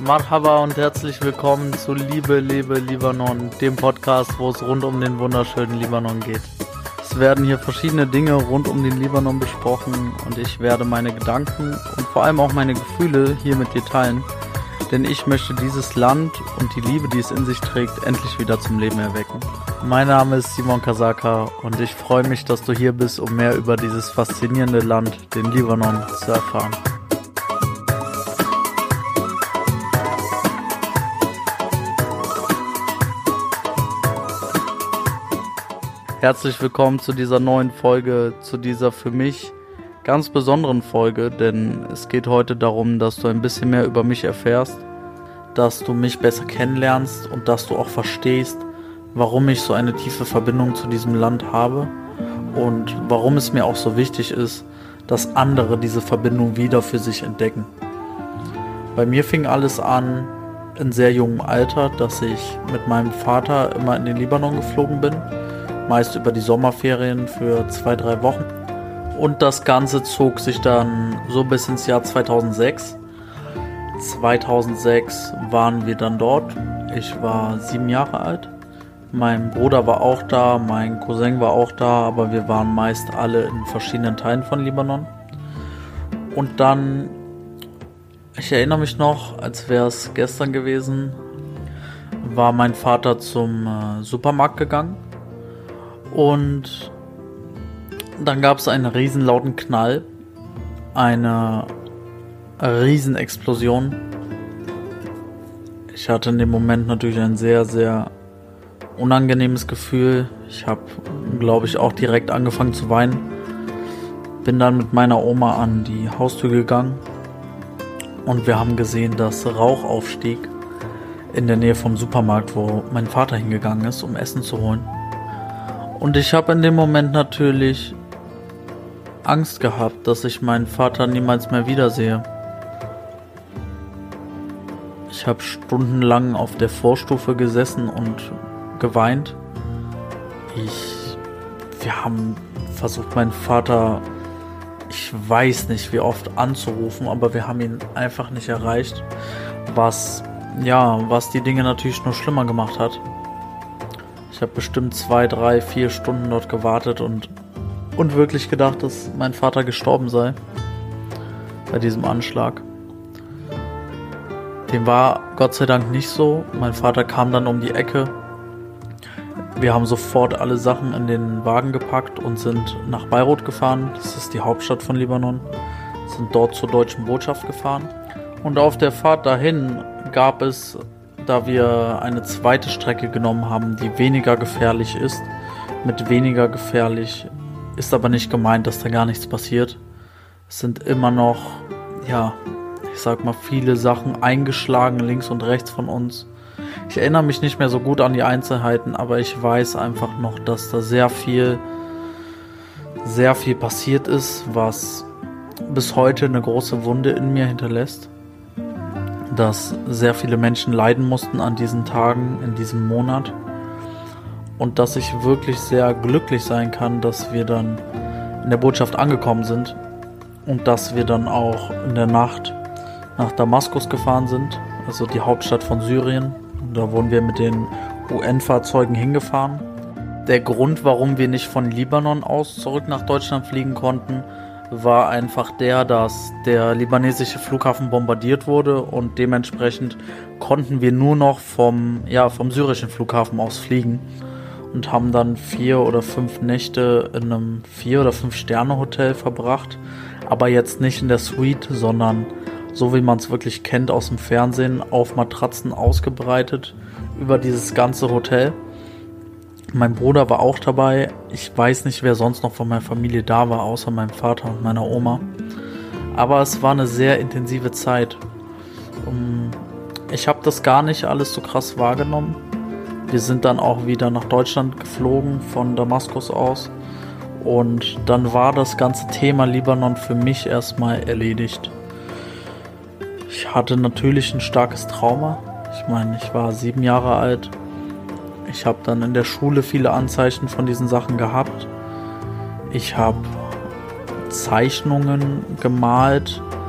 Marhaba und herzlich willkommen zu Liebe, Lebe, Libanon, dem Podcast, wo es rund um den wunderschönen Libanon geht. Es werden hier verschiedene Dinge rund um den Libanon besprochen und ich werde meine Gedanken und vor allem auch meine Gefühle hier mit dir teilen, denn ich möchte dieses Land und die Liebe, die es in sich trägt, endlich wieder zum Leben erwecken. Mein Name ist Simon Kasaka und ich freue mich, dass du hier bist, um mehr über dieses faszinierende Land, den Libanon, zu erfahren. Herzlich willkommen zu dieser neuen Folge, zu dieser für mich ganz besonderen Folge, denn es geht heute darum, dass du ein bisschen mehr über mich erfährst, dass du mich besser kennenlernst und dass du auch verstehst, warum ich so eine tiefe Verbindung zu diesem Land habe und warum es mir auch so wichtig ist, dass andere diese Verbindung wieder für sich entdecken. Bei mir fing alles an in sehr jungem Alter, dass ich mit meinem Vater immer in den Libanon geflogen bin, meist über die Sommerferien für 2-3 Wochen. Und das Ganze zog sich dann so bis ins Jahr 2006. 2006 waren wir dann dort. Ich war 7 Jahre alt. Mein Bruder war auch da, mein Cousin war auch da, aber wir waren meist alle in verschiedenen Teilen von Libanon. Und dann, ich erinnere mich noch, als wäre es gestern gewesen, war mein Vater zum Supermarkt gegangen. Und dann gab es einen riesen lauten Knall, eine riesen Explosion. Ich hatte in dem Moment natürlich ein sehr, sehr unangenehmes Gefühl. Ich habe, glaube ich, auch direkt angefangen zu weinen. Bin dann mit meiner Oma an die Haustür gegangen und wir haben gesehen, dass Rauch aufstieg in der Nähe vom Supermarkt, wo mein Vater hingegangen ist, um Essen zu holen. Und ich habe in dem Moment natürlich Angst gehabt, dass ich meinen Vater niemals mehr wiedersehe. Ich habe stundenlang auf der Vorstufe gesessen und geweint. Wir haben versucht, meinen Vater, ich weiß nicht wie oft anzurufen, aber wir haben ihn einfach nicht erreicht, was die Dinge natürlich nur schlimmer gemacht hat. Ich habe bestimmt 2, 3, 4 Stunden dort gewartet und wirklich gedacht, dass mein Vater gestorben sei bei diesem Anschlag. Dem war Gott sei Dank nicht so. Mein Vater kam dann um die Ecke. Wir haben sofort alle Sachen in den Wagen gepackt und sind nach Beirut gefahren. Das ist die Hauptstadt von Libanon. Sind dort zur deutschen Botschaft gefahren. Und auf der Fahrt dahin gab es, da wir eine zweite Strecke genommen haben, die weniger gefährlich ist. Mit weniger gefährlich ist aber nicht gemeint, dass da gar nichts passiert. Es sind immer noch, viele Sachen eingeschlagen links und rechts von uns. Ich erinnere mich nicht mehr so gut an die Einzelheiten, aber ich weiß einfach noch, dass da sehr viel passiert ist, was bis heute eine große Wunde in mir hinterlässt. Dass sehr viele Menschen leiden mussten an diesen Tagen, in diesem Monat. Und dass ich wirklich sehr glücklich sein kann, dass wir dann in der Botschaft angekommen sind und dass wir dann auch in der Nacht nach Damaskus gefahren sind, also die Hauptstadt von Syrien. Und da wurden wir mit den UN-Fahrzeugen hingefahren. Der Grund, warum wir nicht von Libanon aus zurück nach Deutschland fliegen konnten, war einfach dass der libanesische Flughafen bombardiert wurde und dementsprechend konnten wir nur noch vom syrischen Flughafen aus fliegen und haben dann 4 oder 5 Nächte in einem 4- oder 5-Sterne-Hotel verbracht, aber jetzt nicht in der Suite, sondern so wie man es wirklich kennt aus dem Fernsehen, auf Matratzen ausgebreitet über dieses ganze Hotel. Mein Bruder war auch dabei. Ich weiß nicht, wer sonst noch von meiner Familie da war, außer meinem Vater und meiner Oma. Aber es war eine sehr intensive Zeit. Ich habe das gar nicht alles so krass wahrgenommen. Wir sind dann auch wieder nach Deutschland geflogen, von Damaskus aus. Und dann war das ganze Thema Libanon für mich erstmal erledigt. Ich hatte natürlich ein starkes Trauma. Ich meine, ich war 7 Jahre alt. Ich habe dann in der Schule viele Anzeichen von diesen Sachen gehabt. Ich habe Zeichnungen gemalt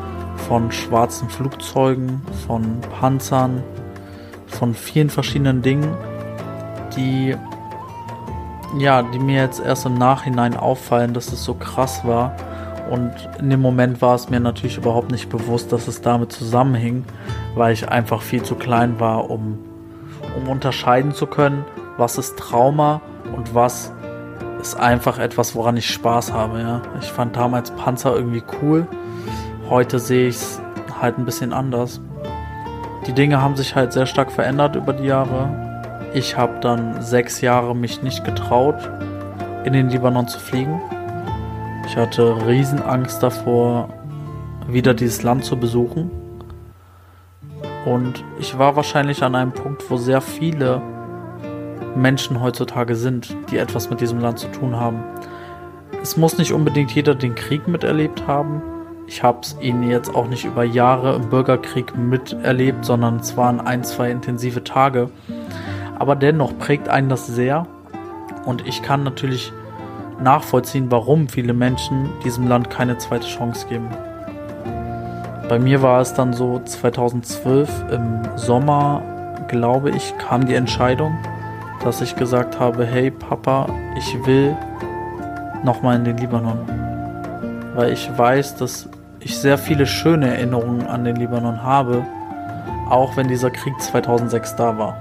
von schwarzen Flugzeugen, von Panzern, von vielen verschiedenen Dingen, die mir jetzt erst im Nachhinein auffallen, dass es so krass war. Und in dem Moment war es mir natürlich überhaupt nicht bewusst, dass es damit zusammenhing, weil ich einfach viel zu klein war, um unterscheiden zu können, was ist Trauma und was ist einfach etwas, woran ich Spaß habe. Ja? Ich fand damals Panzer irgendwie cool. Heute sehe ich es halt ein bisschen anders. Die Dinge haben sich halt sehr stark verändert über die Jahre. Ich habe dann 6 Jahre mich nicht getraut, in den Libanon zu fliegen. Ich hatte Riesenangst davor, wieder dieses Land zu besuchen. Und ich war wahrscheinlich an einem Punkt, wo sehr viele Menschen heutzutage sind, die etwas mit diesem Land zu tun haben. Es muss nicht unbedingt jeder den Krieg miterlebt haben. Ich habe ihn jetzt auch nicht über Jahre im Bürgerkrieg miterlebt, sondern es waren 1, 2 intensive Tage. Aber dennoch prägt einen das sehr. Und ich kann natürlich nachvollziehen, warum viele Menschen diesem Land keine zweite Chance geben. Bei mir war es dann so 2012 im Sommer, glaube ich, kam die Entscheidung, dass ich gesagt habe, hey Papa, ich will nochmal in den Libanon. Weil ich weiß, dass ich sehr viele schöne Erinnerungen an den Libanon habe, auch wenn dieser Krieg 2006 da war.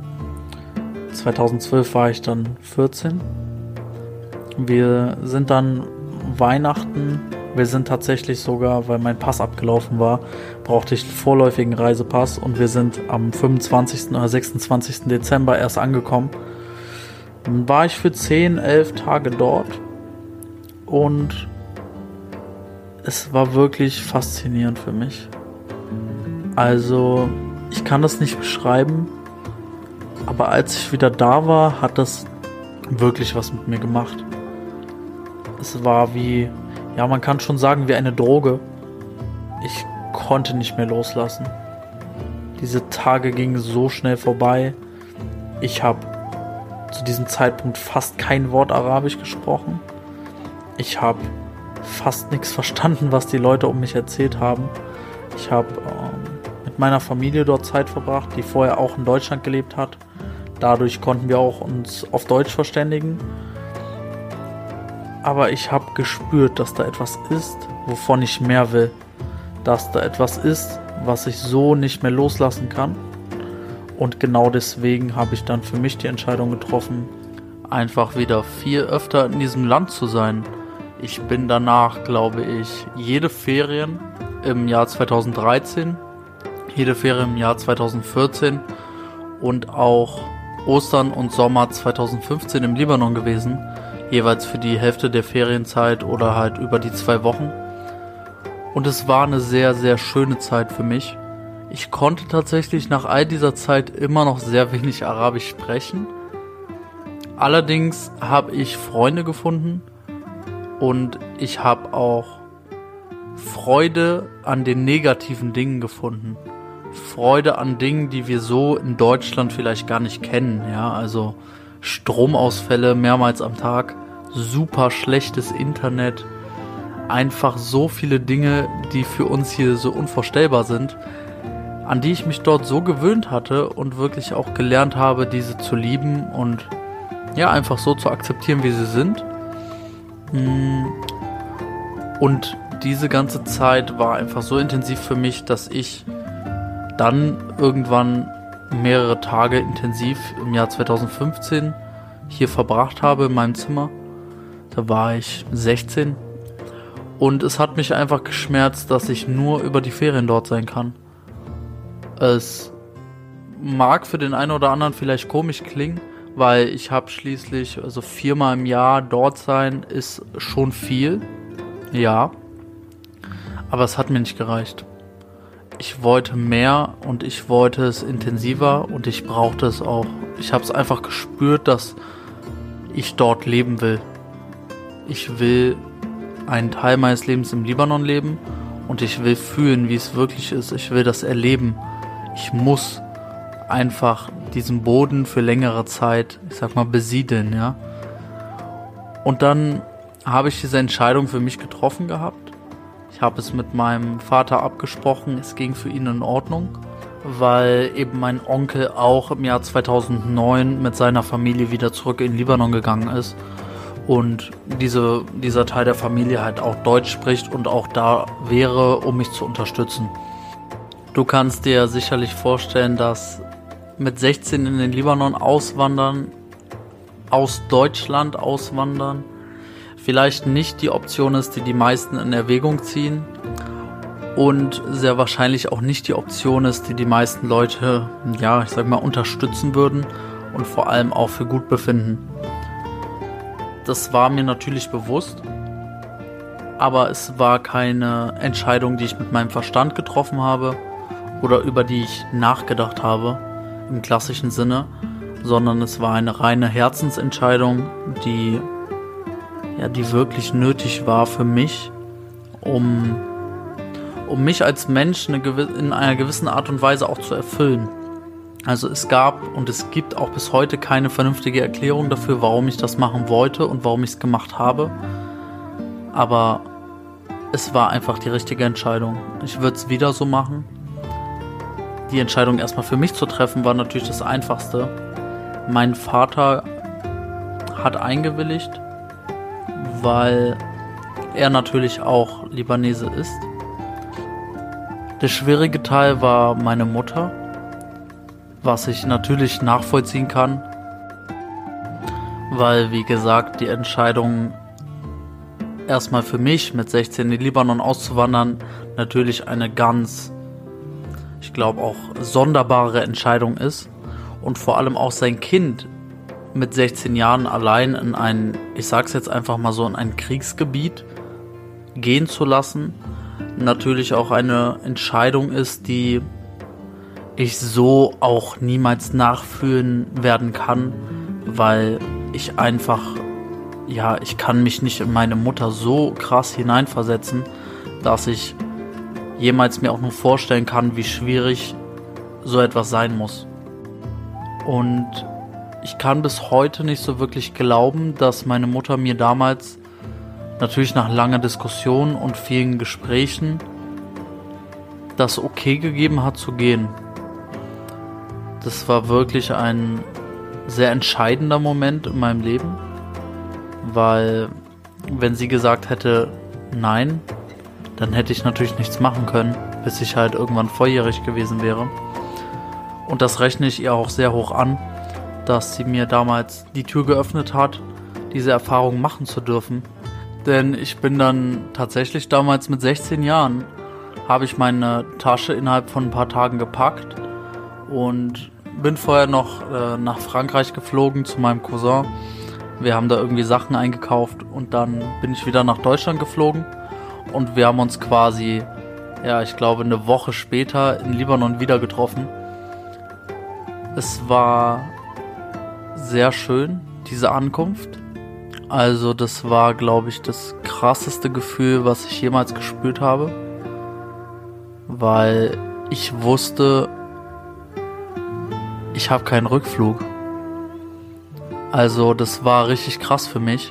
2012 war ich dann 14. Wir sind dann Weihnachten, wir sind tatsächlich sogar, weil mein Pass abgelaufen war, brauchte ich einen vorläufigen Reisepass und wir sind am 25. oder 26. Dezember erst angekommen. Dann war ich für 10, 11 Tage dort und es war wirklich faszinierend für mich. Also, ich kann das nicht beschreiben, aber als ich wieder da war, hat das wirklich was mit mir gemacht. Es war wie, ja, man kann schon sagen, wie eine Droge. Ich konnte nicht mehr loslassen. Diese Tage gingen so schnell vorbei. Ich habe zu diesem Zeitpunkt fast kein Wort Arabisch gesprochen. Ich habe fast nichts verstanden, was die Leute um mich erzählt haben. Ich habe mit meiner Familie dort Zeit verbracht, die vorher auch in Deutschland gelebt hat. Dadurch konnten wir auch uns auf Deutsch verständigen. Aber ich habe gespürt, dass da etwas ist, wovon ich mehr will. Dass da etwas ist, was ich so nicht mehr loslassen kann. Und genau deswegen habe ich dann für mich die Entscheidung getroffen, einfach wieder viel öfter in diesem Land zu sein. Ich bin danach, glaube ich, jede Ferien im Jahr 2013, jede Ferien im Jahr 2014 und auch Ostern und Sommer 2015 im Libanon gewesen. Jeweils für die Hälfte der Ferienzeit oder halt über die 2 Wochen. Und es war eine sehr, sehr schöne Zeit für mich. Ich konnte tatsächlich nach all dieser Zeit immer noch sehr wenig Arabisch sprechen. Allerdings habe ich Freunde gefunden und ich habe auch Freude an den negativen Dingen gefunden. Freude an Dingen, die wir so in Deutschland vielleicht gar nicht kennen. Ja, also Stromausfälle mehrmals am Tag, super schlechtes Internet, einfach so viele Dinge, die für uns hier so unvorstellbar sind, an die ich mich dort so gewöhnt hatte und wirklich auch gelernt habe, diese zu lieben und ja, einfach so zu akzeptieren, wie sie sind. Und diese ganze Zeit war einfach so intensiv für mich, dass ich dann irgendwann mehrere Tage intensiv im Jahr 2015 hier verbracht habe in meinem Zimmer. Da war ich 16 und es hat mich einfach geschmerzt, dass ich nur über die Ferien dort sein kann. Es mag für den einen oder anderen vielleicht komisch klingen, weil ich habe schließlich, also 4-mal im Jahr dort sein ist schon viel, ja, aber es hat mir nicht gereicht. Ich wollte mehr und ich wollte es intensiver und ich brauchte es auch. Ich habe es einfach gespürt, dass ich dort leben will. Ich will einen Teil meines Lebens im Libanon leben und ich will fühlen, wie es wirklich ist. Ich will das erleben. Ich muss einfach diesen Boden für längere Zeit, ich sag mal, besiedeln, ja. Und dann habe ich diese Entscheidung für mich getroffen gehabt. Ich habe es mit meinem Vater abgesprochen, es ging für ihn in Ordnung, weil eben mein Onkel auch im Jahr 2009 mit seiner Familie wieder zurück in Libanon gegangen ist und dieser Teil der Familie halt auch Deutsch spricht und auch da wäre, um mich zu unterstützen. Du kannst dir sicherlich vorstellen, dass mit 16 in den Libanon auswandern, aus Deutschland auswandern, vielleicht nicht die Option ist, die die meisten in Erwägung ziehen und sehr wahrscheinlich auch nicht die Option ist, die die meisten Leute, ja, ich sag mal, unterstützen würden und vor allem auch für gut befinden. Das war mir natürlich bewusst, aber es war keine Entscheidung, die ich mit meinem Verstand getroffen habe oder über die ich nachgedacht habe im klassischen Sinne, sondern es war eine reine Herzensentscheidung, die wirklich nötig war für mich, um mich als Mensch in einer gewissen Art und Weise auch zu erfüllen. Also es gab und es gibt auch bis heute keine vernünftige Erklärung dafür, warum ich das machen wollte und warum ich es gemacht habe. Aber es war einfach die richtige Entscheidung. Ich würde es wieder so machen. Die Entscheidung erstmal für mich zu treffen, war natürlich das Einfachste. Mein Vater hat eingewilligt, weil er natürlich auch Libanese ist. Der schwierige Teil war meine Mutter, was ich natürlich nachvollziehen kann, weil, wie gesagt, die Entscheidung erstmal für mich mit 16 in den Libanon auszuwandern natürlich eine ganz, ich glaube auch sonderbare Entscheidung ist und vor allem auch sein Kind mit 16 Jahren allein in ein, ich sag's jetzt einfach mal so, in ein Kriegsgebiet gehen zu lassen, natürlich auch eine Entscheidung ist, die ich so auch niemals nachfühlen werden kann, weil ich einfach, ich kann mich nicht in meine Mutter so krass hineinversetzen, dass ich jemals mir auch nur vorstellen kann, wie schwierig so etwas sein muss. Und ich kann bis heute nicht so wirklich glauben, dass meine Mutter mir damals, natürlich nach langer Diskussion und vielen Gesprächen, das okay gegeben hat zu gehen. Das war wirklich ein sehr entscheidender Moment in meinem Leben, weil wenn sie gesagt hätte, nein, dann hätte ich natürlich nichts machen können, bis ich halt irgendwann volljährig gewesen wäre. Und das rechne ich ihr auch sehr hoch an, dass sie mir damals die Tür geöffnet hat, diese Erfahrung machen zu dürfen. Denn ich bin dann tatsächlich damals mit 16 Jahren, habe ich meine Tasche innerhalb von ein paar Tagen gepackt und bin vorher noch nach Frankreich geflogen zu meinem Cousin. Wir haben da irgendwie Sachen eingekauft und dann bin ich wieder nach Deutschland geflogen und wir haben uns quasi, ich glaube eine Woche später in Libanon wieder getroffen. Es war sehr schön, diese Ankunft. Also das war, glaube ich, das krasseste Gefühl, was ich jemals gespürt habe, weil ich wusste, ich habe keinen Rückflug. Also das war richtig krass für mich.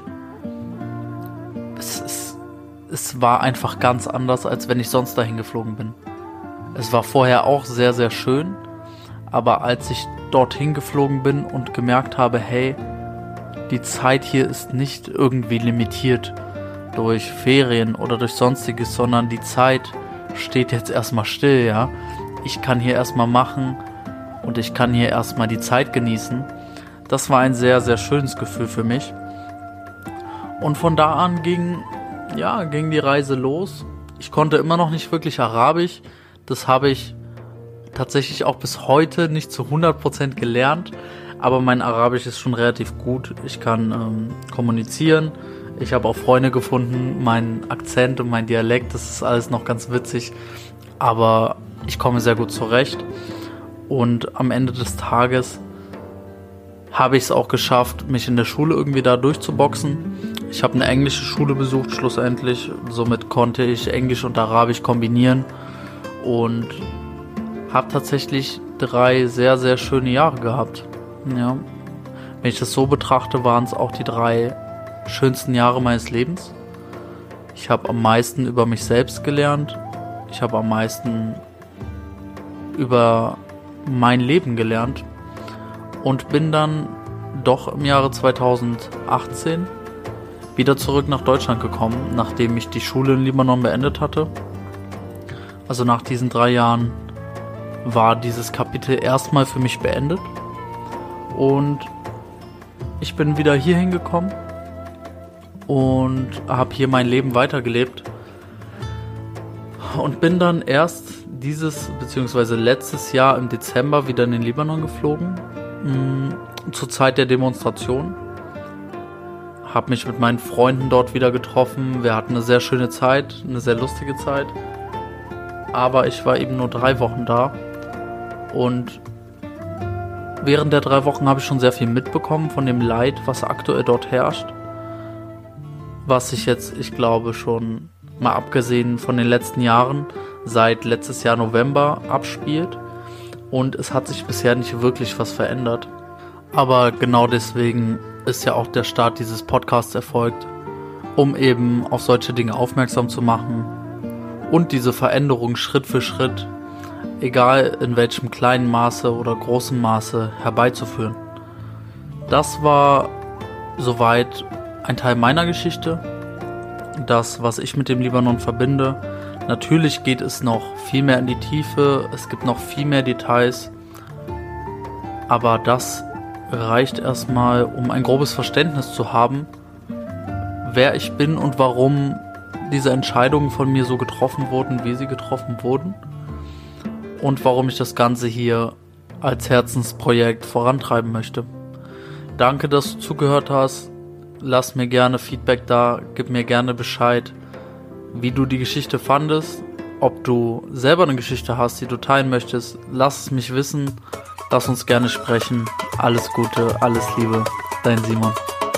Es war einfach ganz anders, als wenn ich sonst dahin geflogen bin. Es war vorher auch sehr, sehr schön, aber als ich dorthin geflogen bin und gemerkt habe, hey, die Zeit hier ist nicht irgendwie limitiert durch Ferien oder durch Sonstiges, sondern die Zeit steht jetzt erstmal still, ja. Ich kann hier erstmal machen und ich kann hier erstmal die Zeit genießen. Das war ein sehr, sehr schönes Gefühl für mich. Und von da an ging die Reise los. Ich konnte immer noch nicht wirklich Arabisch. Das habe ich tatsächlich auch bis heute nicht zu 100% gelernt. Aber mein Arabisch ist schon relativ gut. Ich kann kommunizieren. Ich habe auch Freunde gefunden. Mein Akzent und mein Dialekt, das ist alles noch ganz witzig. Aber ich komme sehr gut zurecht. Und am Ende des Tages habe ich es auch geschafft, mich in der Schule irgendwie da durchzuboxen. Ich habe eine englische Schule besucht schlussendlich. Somit konnte ich Englisch und Arabisch kombinieren. Und habe tatsächlich 3 sehr, sehr schöne Jahre gehabt. Ja. Wenn ich das so betrachte, waren es auch die 3 schönsten Jahre meines Lebens. Ich habe am meisten über mich selbst gelernt. Ich habe am meisten über mein Leben gelernt und bin dann doch im Jahre 2018 wieder zurück nach Deutschland gekommen, nachdem ich die Schule in Libanon beendet hatte. Also nach diesen 3 Jahren war dieses Kapitel erstmal für mich beendet und ich bin wieder hier hingekommen und habe hier mein Leben weitergelebt und bin dann erst letztes Jahr im Dezember wieder in den Libanon geflogen, zur Zeit der Demonstration. Habe mich mit meinen Freunden dort wieder getroffen. Wir hatten eine sehr schöne Zeit, eine sehr lustige Zeit. Aber ich war eben nur 3 Wochen da. Und während der 3 Wochen habe ich schon sehr viel mitbekommen von dem Leid, was aktuell dort herrscht. Was sich jetzt, ich glaube, schon mal abgesehen von den letzten Jahren, seit letztes Jahr November abspielt. Und es hat sich bisher nicht wirklich was verändert. Aber genau deswegen ist ja auch der Start dieses Podcasts erfolgt, um eben auf solche Dinge aufmerksam zu machen und diese Veränderung Schritt für Schritt, egal in welchem kleinen Maße oder großen Maße, herbeizuführen. Das war soweit ein Teil meiner Geschichte, das, was ich mit dem Libanon verbinde. Natürlich geht es noch viel mehr in die Tiefe, es gibt noch viel mehr Details, aber das reicht erstmal, um ein grobes Verständnis zu haben, wer ich bin und warum diese Entscheidungen von mir so getroffen wurden, wie sie getroffen wurden und warum ich das Ganze hier als Herzensprojekt vorantreiben möchte. Danke, dass du zugehört hast. Lass mir gerne Feedback da, gib mir gerne Bescheid, wie du die Geschichte fandest, ob du selber eine Geschichte hast, die du teilen möchtest. Lass es mich wissen, lass uns gerne sprechen. Alles Gute, alles Liebe, dein Simon.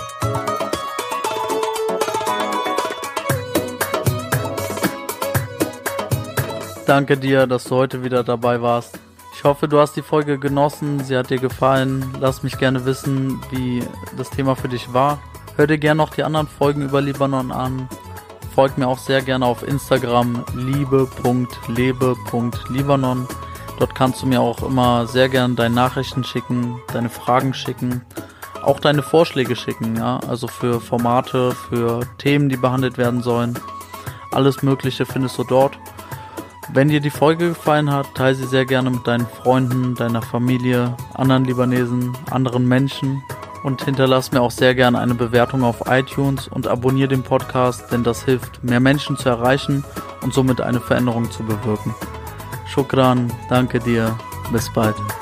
Danke dir, dass du heute wieder dabei warst. Ich hoffe, du hast die Folge genossen, sie hat dir gefallen. Lass mich gerne wissen, wie das Thema für dich war. Hör dir gerne noch die anderen Folgen über Libanon an. Folg mir auch sehr gerne auf Instagram liebe.lebe.libanon. Dort kannst du mir auch immer sehr gerne deine Nachrichten schicken, deine Fragen schicken, auch deine Vorschläge schicken, ja, also für Formate, für Themen, die behandelt werden sollen. Alles Mögliche findest du dort. Wenn dir die Folge gefallen hat, teile sie sehr gerne mit deinen Freunden, deiner Familie, anderen Libanesen, anderen Menschen und hinterlass mir auch sehr gerne eine Bewertung auf iTunes und abonniere den Podcast, denn das hilft, mehr Menschen zu erreichen und somit eine Veränderung zu bewirken. Shukran, danke dir, bis bald.